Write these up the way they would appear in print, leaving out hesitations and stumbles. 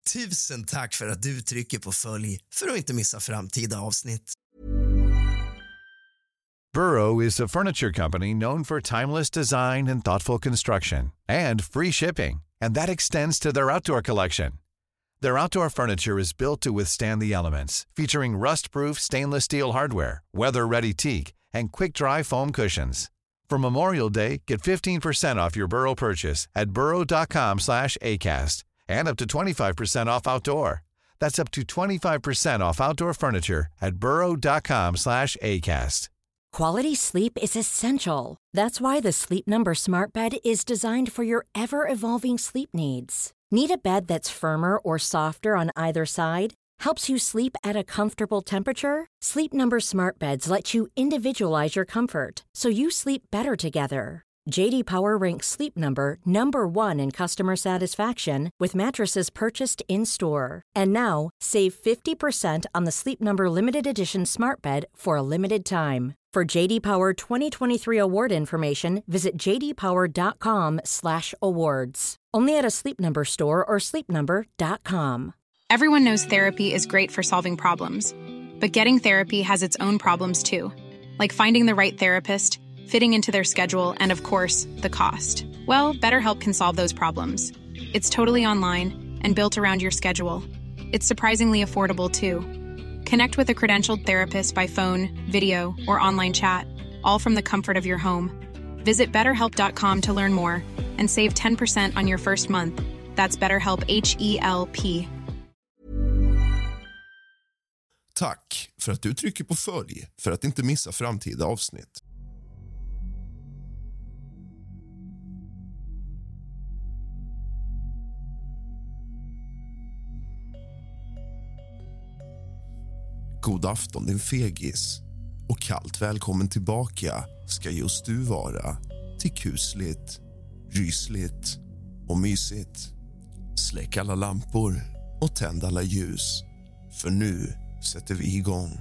Tusen tack för att du trycker på följ för att inte missa framtida avsnitt. Burrow is a furniture company known for timeless design and thoughtful construction and free shipping, and that extends to their outdoor collection. Their outdoor furniture is built to withstand the elements, featuring rust-proof stainless steel hardware, weather-ready teak, and quick-dry foam cushions. For Memorial Day, get 15% off your Burrow purchase at burrow.com/acast, and up to 25% off outdoor. That's up to 25% off outdoor furniture at burrow.com/acast. Quality sleep is essential. That's why the Sleep Number Smart Bed is designed for your ever-evolving sleep needs. Need a bed that's firmer or softer on either side? Helps you sleep at a comfortable temperature? Sleep Number Smart Beds let you individualize your comfort so you sleep better together. JD Power ranks Sleep Number number 1 in customer satisfaction with mattresses purchased in-store. And now, save 50% on the Sleep Number Limited Edition Smart Bed for a limited time. For JD Power 2023 award information, visit jdpower.com/awards. Only at a Sleep Number store or sleepnumber.com. Everyone knows therapy is great for solving problems, but getting therapy has its own problems too, like finding the right therapist, fitting into their schedule, and of course, the cost. Well, BetterHelp can solve those problems. It's totally online and built around your schedule. It's surprisingly affordable too. Connect with a credentialed therapist by phone, video, or online chat, all from the comfort of your home. Visit BetterHelp.com to learn more and save 10% on your first month. That's BetterHelp, H-E-L-P. Tack för att du trycker på följ för att inte missa framtida avsnitt. God afton din fegis, och kallt välkommen tillbaka ska just du vara till kusligt, rysligt och mysigt. Släck alla lampor och tänd alla ljus, för nu sätter vi igång.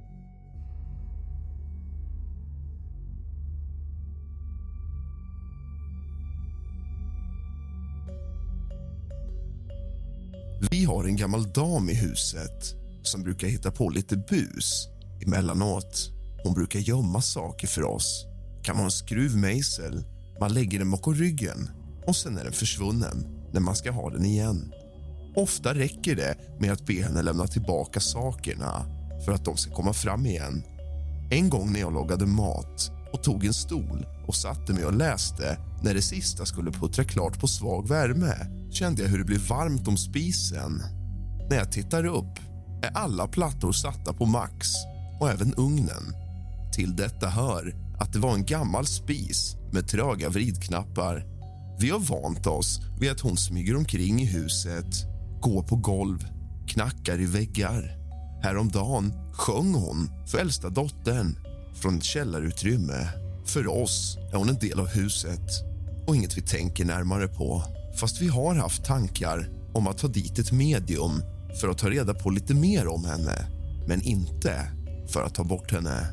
Vi har en gammal dam i huset som brukar hitta på lite bus emellanåt. Hon brukar gömma saker för oss. Kan vara en skruvmejsel, man lägger den bakom ryggen och sen är den försvunnen när man ska ha den igen. Ofta räcker det med att be henne lämna tillbaka sakerna för att de ska komma fram igen. En gång när jag lagade mat och tog en stol och satte mig och läste när det sista skulle puttra klart på svag värme, kände jag hur det blev varmt om spisen. När jag tittar upp är alla plattor satta på max och även ugnen. Till detta hör att det var en gammal spis med tröga vridknappar. Vi har vant oss vid att hon smyger omkring i huset, går på golv, knackar i väggar. Häromdagen sjöng hon för äldsta dottern från ett källarutrymme. För oss är hon en del av huset och inget vi tänker närmare på. Fast vi har haft tankar om att ta dit ett medium för att ta reda på lite mer om henne, men inte för att ta bort henne.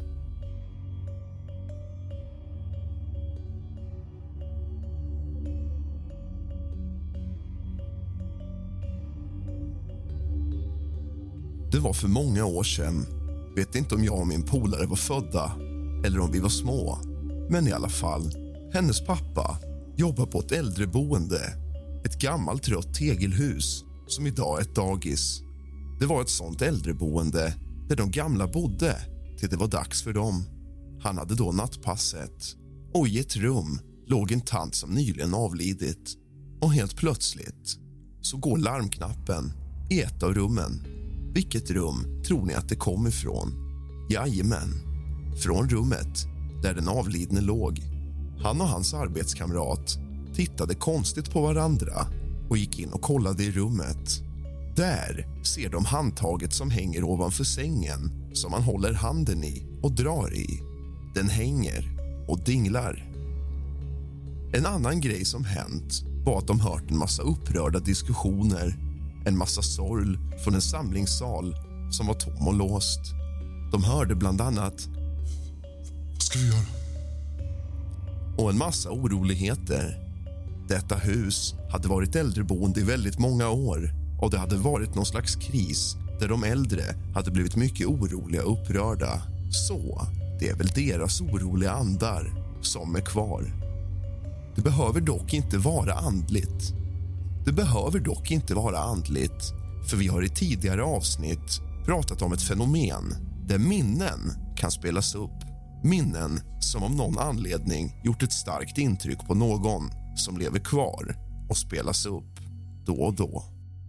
Det var för många år sedan. Vet inte om jag och min polare var födda eller om vi var små. Men i alla fall, hennes pappa jobbar på ett äldreboende. Ett gammalt rött tegelhus som idag är ett dagis. Det var ett sånt äldreboende där de gamla bodde till det var dags för dem. Han hade då nattpasset och i ett rum låg en tant som nyligen avlidit. Och helt plötsligt så går larmknappen i ett av rummen. Vilket rum tror ni att det kom ifrån? Jajamän, från rummet där den avlidne låg. Han och hans arbetskamrat tittade konstigt på varandra och gick in och kollade i rummet. Där ser de handtaget som hänger ovanför sängen som man håller handen i och drar i. Den hänger och dinglar. En annan grej som hänt var att de hört en massa upprörda diskussioner. En massa sorl från en samlingssal som var tom och låst. De hörde bland annat: vad ska vi göra? Och en massa oroligheter. Detta hus hade varit äldreboende i väldigt många år och det hade varit någon slags kris där de äldre hade blivit mycket oroliga och upprörda. Så det är väl deras oroliga andar som är kvar. Det behöver dock inte vara andligt. För vi har i tidigare avsnitt pratat om ett fenomen där minnen kan spelas upp. Minnen som av någon anledning gjort ett starkt intryck på någon som lever kvar och spelas upp då och då.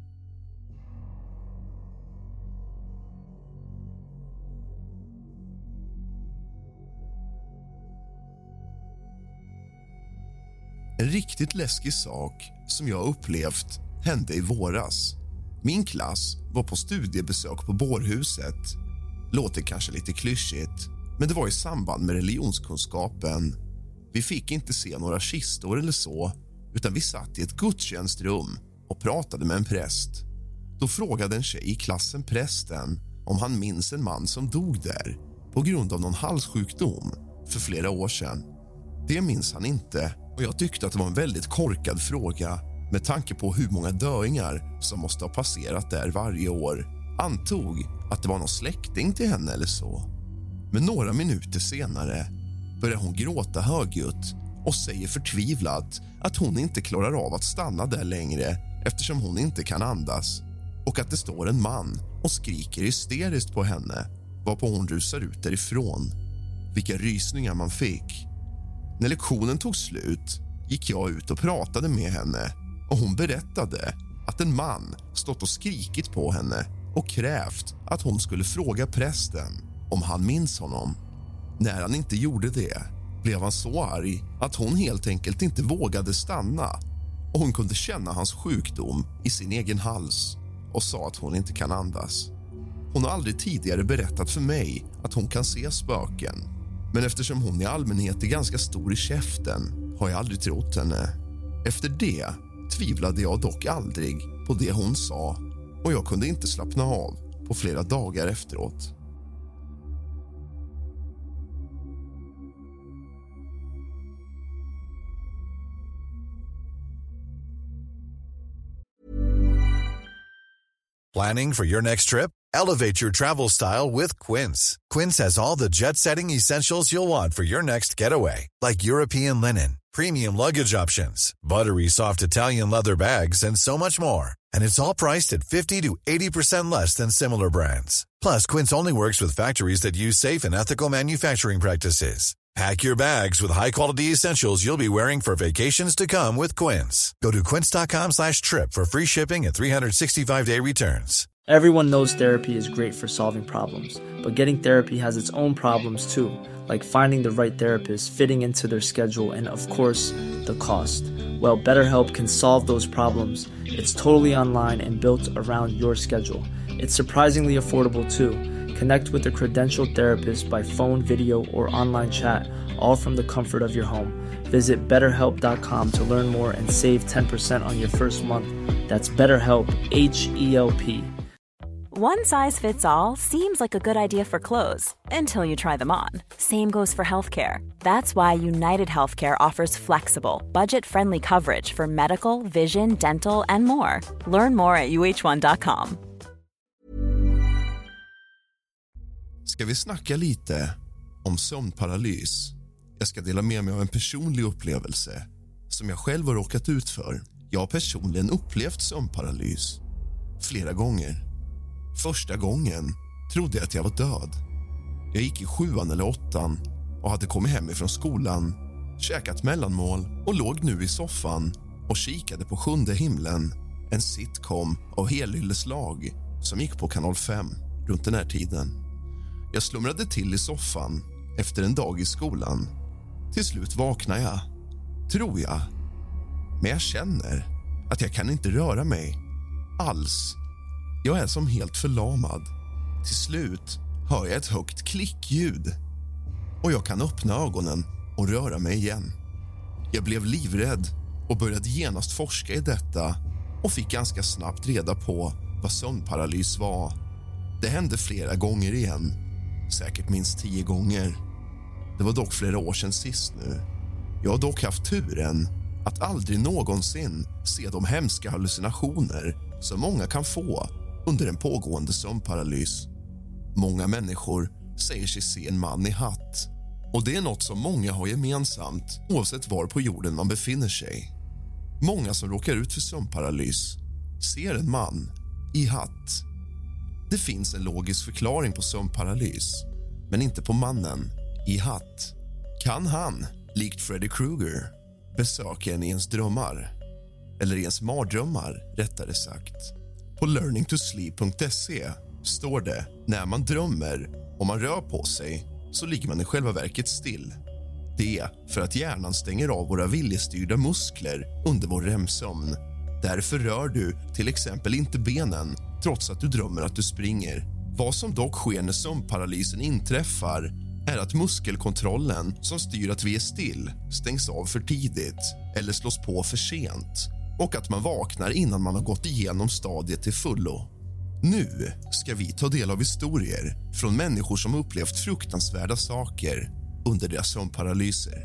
En riktigt läskig sak som jag upplevt hände i våras. Min klass var på studiebesök på bårhuset. Låter kanske lite klyschigt, men det var i samband med religionskunskapen. Vi fick inte se några kistor eller så, utan vi satt i ett gudstjänstrum och pratade med en präst. Då frågade en tjej i klassen prästen om han minns en man som dog där på grund av någon halssjukdom för flera år sedan. Det minns han inte, och jag tyckte att det var en väldigt korkad fråga med tanke på hur många döingar som måste ha passerat där varje år. Antog att det var någon släkting till henne eller så. Men några minuter senare börjar hon gråta högljutt och säger förtvivlat att hon inte klarar av att stanna där längre eftersom hon inte kan andas, och att det står en man och skriker hysteriskt på henne, varpå hon rusar ut därifrån. Vilka rysningar man fick. När lektionen tog slut gick jag ut och pratade med henne, och hon berättade att en man stått och skrikit på henne och krävt att hon skulle fråga prästen om han minns honom. När han inte gjorde det blev han så arg att hon helt enkelt inte vågade stanna, och hon kunde känna hans sjukdom i sin egen hals och sa att hon inte kan andas. Hon har aldrig tidigare berättat för mig att hon kan se spöken, men eftersom hon i allmänhet är ganska stor i käften har jag aldrig trott henne. Efter det tvivlade jag dock aldrig på det hon sa, och jag kunde inte slappna av på flera dagar efteråt. Planning for your next trip? Elevate your travel style with Quince. Quince has all the jet-setting essentials you'll want for your next getaway, like European linen, premium luggage options, buttery soft Italian leather bags, and so much more. And it's all priced at 50 to 80% less than similar brands. Plus, Quince only works with factories that use safe and ethical manufacturing practices. Pack your bags with high-quality essentials you'll be wearing for vacations to come with Quince. Go to quince.com/trip for free shipping and 365-day returns. Everyone knows therapy is great for solving problems, but getting therapy has its own problems too, like finding the right therapist, fitting into their schedule, and of course, the cost. Well, BetterHelp can solve those problems. It's totally online and built around your schedule. It's surprisingly affordable too. Connect with a credentialed therapist by phone, video, or online chat, all from the comfort of your home. Visit BetterHelp.com to learn more and save 10% on your first month. That's BetterHelp, H-E-L-P. One size fits all seems like a good idea for clothes until you try them on. Same goes for healthcare. That's why United Healthcare offers flexible, budget-friendly coverage for medical, vision, dental, and more. Learn more at uh1.com. Ska vi snacka lite om sömnparalys? Jag ska dela med mig av en personlig upplevelse som jag själv har råkat ut för. Jag har personligen upplevt sömnparalys flera gånger. Första gången trodde jag att jag var död. Jag gick i 7:an eller 8:an och hade kommit hem ifrån skolan, käkat mellanmål och låg nu i soffan och kikade på Sjunde himlen, en sitcom av helylleslag som gick på kanal 5 runt den här tiden. Jag slumrade till i soffan efter en dag i skolan. Till slut vaknade jag, tror jag. Men jag känner att jag kan inte röra mig alls. Jag är som helt förlamad. Till slut hör jag ett högt klickljud och jag kan öppna ögonen och röra mig igen. Jag blev livrädd och började genast forska i detta och fick ganska snabbt reda på vad sömnparalys var. Det hände flera gånger igen, säkert minst 10 gånger. Det var dock flera år sedan sist nu. Jag har dock haft turen att aldrig någonsin se de hemska hallucinationer som många kan få under en pågående sömnparalys. Många människor säger sig se en man i hatt, och det är något som många har gemensamt oavsett var på jorden man befinner sig. Många som råkar ut för sömnparalys ser en man i hatt. Det finns en logisk förklaring på sömnparalys, men inte på mannen i hatt. Kan han, likt Freddy Krueger, besöka en i ens drömmar? Eller i ens mardrömmar, rättare sagt. På learningtosleep.se står det: när man drömmer och man rör på sig så ligger man i själva verket still. Det är för att hjärnan stänger av våra viljestyrda muskler under vår REM-sömn. Därför rör du till exempel inte benen trots att du drömmer att du springer. Vad som dock sker när sömnparalysen inträffar är att muskelkontrollen som styr att vi är still stängs av för tidigt eller slås på för sent, och att man vaknar innan man har gått igenom stadiet till fullo. Nu ska vi ta del av historier från människor som upplevt fruktansvärda saker under deras sömnparalyser.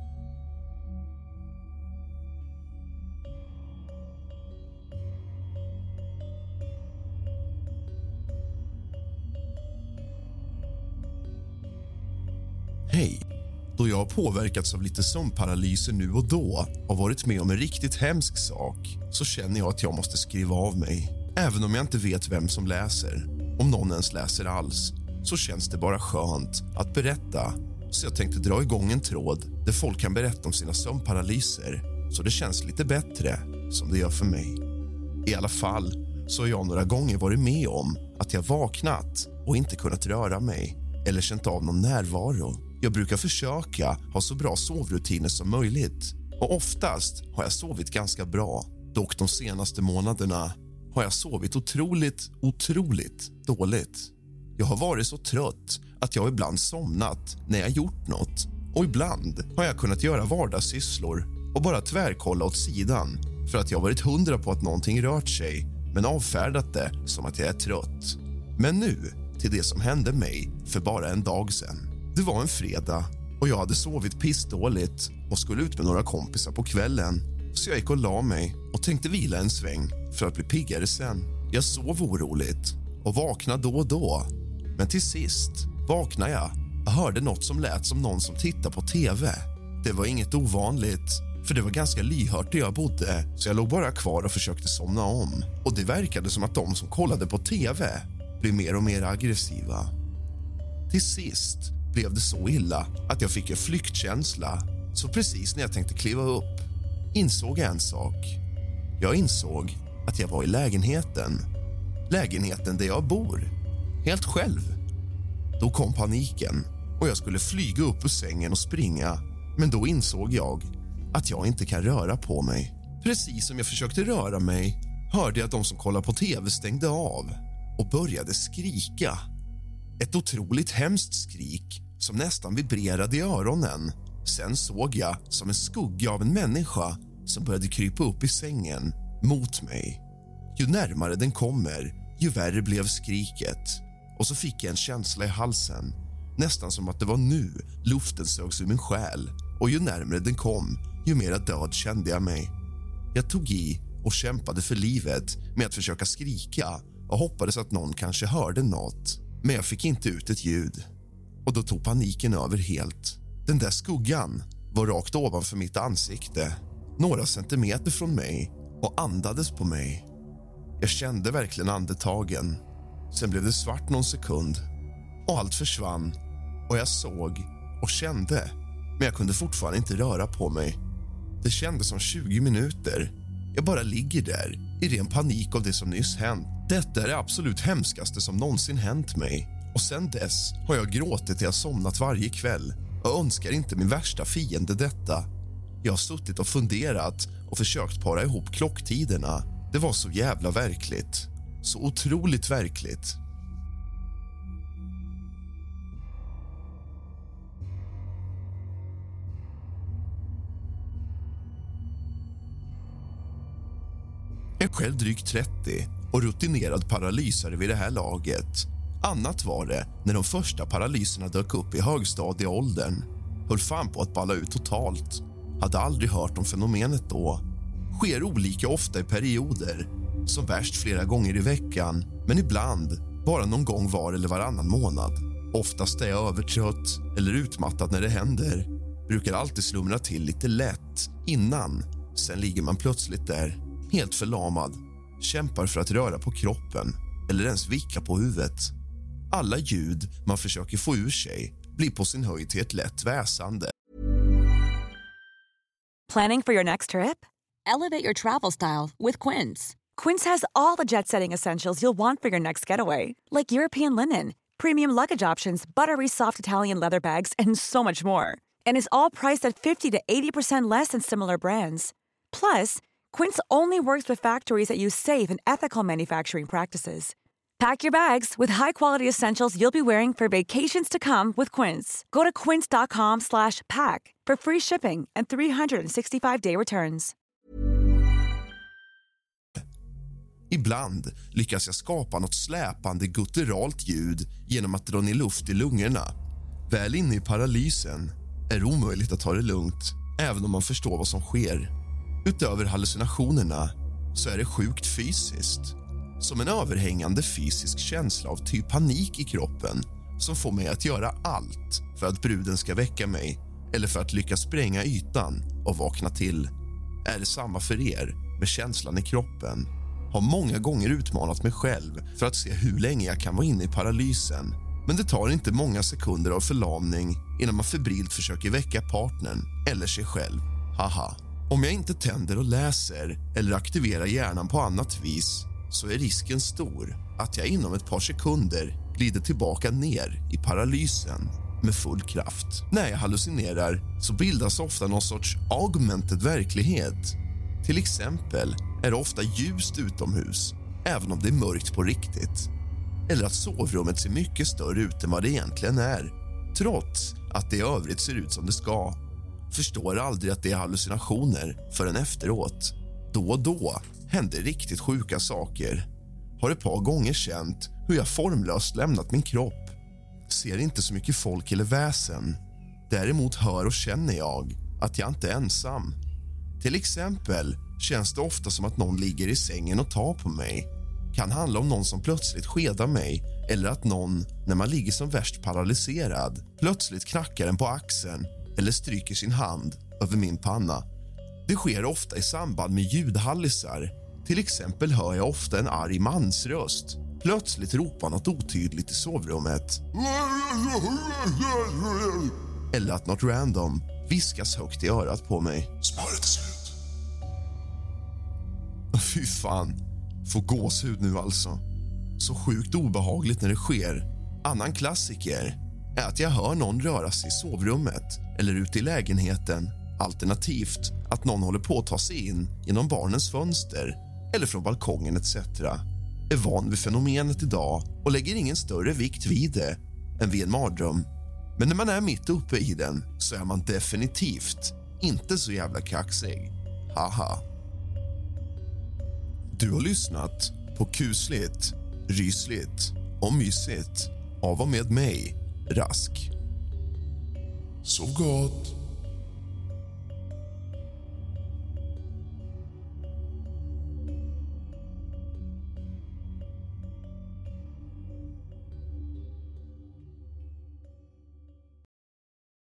Hej! Då jag har påverkats av lite sömnparalyser nu och då och varit med om en riktigt hemsk sak, så känner jag att jag måste skriva av mig. Även om jag inte vet vem som läser, om någon ens läser alls, så känns det bara skönt att berätta. Så jag tänkte dra igång en tråd där folk kan berätta om sina sömnparalyser, så det känns lite bättre, som det gör för mig. I alla fall så har jag några gånger varit med om att jag vaknat och inte kunnat röra mig eller känt av någon närvaro. Jag brukar försöka ha så bra sovrutiner som möjligt, och oftast har jag sovit ganska bra. Dock de senaste månaderna har jag sovit otroligt dåligt. Jag har varit så trött att jag ibland somnat när jag gjort något, och ibland har jag kunnat göra vardagssysslor och bara tvärkolla åt sidan för att jag varit 100 på att någonting rört sig, men avfärdat det som att jag är trött. Men nu till det som hände mig för bara en dag sedan. Det var en fredag och jag hade sovit pissdåligt och skulle ut med några kompisar på kvällen, så jag gick och la mig och tänkte vila en sväng för att bli piggare sen. Jag sov oroligt och vaknade då och då, men till sist vaknade jag och hörde något som lät som någon som tittar på tv. Det var inget ovanligt, för det var ganska lyhört där jag bodde, så jag låg bara kvar och försökte somna om. Och det verkade som att de som kollade på tv blev mer och mer aggressiva. Till sist blev det så illa att jag fick en flyktkänsla, så precis när jag tänkte kliva upp insåg jag en sak. Jag insåg att jag var i lägenheten där jag bor, helt själv. Då kom paniken och jag skulle flyga upp ur sängen och springa, men då insåg jag att jag inte kan röra på mig. Precis som jag försökte röra mig hörde jag att de som kollar på tv stängde av och började skrika. Ett otroligt hemskt skrik som nästan vibrerade i öronen. Sen såg jag som en skugga av en människa som började krypa upp i sängen mot mig. Ju närmare den kommer, ju värre blev skriket. Och så fick jag en känsla i halsen, nästan som att det var nu luften sögs ur min själ. Och ju närmare den kom, ju mera död kände jag mig. Jag tog i och kämpade för livet med att försöka skrika och hoppades att någon kanske hörde något. Men jag fick inte ut ett ljud. Och då tog paniken över helt. Den där skuggan var rakt ovanför mitt ansikte, några centimeter från mig, och andades på mig. Jag kände verkligen andetagen. Sen blev det svart någon sekund och allt försvann, och jag såg och kände, men jag kunde fortfarande inte röra på mig. Det kändes som 20 minuter. Jag bara ligger där i ren panik av det som nyss hänt. Detta är det absolut hemskaste som någonsin hänt mig. Och sen dess har jag gråtit till jag somnat varje kväll och önskar inte min värsta fiende detta. Jag har suttit och funderat och försökt para ihop klocktiderna. Det var så jävla verkligt. Så otroligt verkligt. Jag är själv drygt 30 och rutinerad paralysare vid det här laget. Annat var det när de första paralyserna dök upp i högstadieåldern. Höll fan på att balla ut totalt. Hade aldrig hört om fenomenet då. Sker olika ofta i perioder. som värst flera gånger i veckan, men ibland bara någon gång var eller varannan månad. Oftast är jag övertrött eller utmattad när det händer. Brukar alltid slumra till lite lätt innan. Sen ligger man plötsligt där, helt förlamad. Kämpar för att röra på kroppen eller ens vicka på huvudet. Alla ljud man försöker få ur sig blir på sin höjd till ett lätt väsande. Planning for your next trip? Elevate your travel style with Quince. Quince has all the jet-setting essentials you'll want for your next getaway, like European linen, premium luggage options, buttery soft Italian leather bags, and so much more. And is all priced at 50 to 80% less than similar brands. Plus, Quince only works with factories that use safe and ethical manufacturing practices. Pack your bags with high-quality essentials you'll be wearing for vacations to come with Quince. Go to quince.com/pack for free shipping and 365-day returns. Ibland lyckas jag skapa något släpande gutturalt ljud genom att dra ner luft i lungorna. Väl inne i paralysen är det omöjligt att ta det lugnt, även om man förstår vad som sker. Utöver hallucinationerna så är det sjukt fysiskt. Som en överhängande fysisk känsla av typ panik i kroppen som får mig att göra allt för att bruden ska väcka mig eller för att lyckas spränga ytan och vakna till. Är det samma för er med känslan i kroppen? Har många gånger utmanat mig själv för att se hur länge jag kan vara inne i paralysen. Men det tar inte många sekunder av förlamning innan man febrilt försöker väcka partnern eller sig själv. Haha. Om jag inte tänder och läser eller aktiverar hjärnan på annat vis så är risken stor att jag inom ett par sekunder glider tillbaka ner i paralysen med full kraft. När jag hallucinerar så bildas ofta någon sorts augmented verklighet. Till exempel är det ofta ljust utomhus, även om det är mörkt på riktigt. Eller att sovrummet ser mycket större ut än vad det egentligen är, trots att det i övrigt ser ut som det ska. Förstår aldrig att det är hallucinationer förrän efteråt. Då och då händer riktigt sjuka saker. Har ett par gånger känt hur jag formlöst lämnat min kropp. Ser inte så mycket folk eller väsen. Däremot hör och känner jag att jag inte är ensam. Till exempel känns det ofta som att någon ligger i sängen och tar på mig. Kan handla om någon som plötsligt skedar mig eller att någon, när man ligger som värst paralyserad, plötsligt knackar en på axeln eller stryker sin hand över min panna. Det sker ofta i samband med ljudhallisar. Till exempel hör jag ofta en arg mansröst plötsligt ropa något otydligt i sovrummet. Eller att något random viskas högt i örat på mig. Smöret är slut. Fy fan, får gåshud nu alltså. Så sjukt obehagligt när det sker. Annan klassiker är att jag hör någon röra sig i sovrummet eller ute i lägenheten. Alternativt att någon håller på att ta sig in genom barnens fönster eller från balkongen etc. Är van vid fenomenet idag och lägger ingen större vikt vid det än vid en mardröm. Men när man är mitt uppe i den så är man definitivt inte så jävla kaxig. Haha. Du har lyssnat på Kusligt, Rysligt och Mysigt av och med mig, Rask. Sov gott.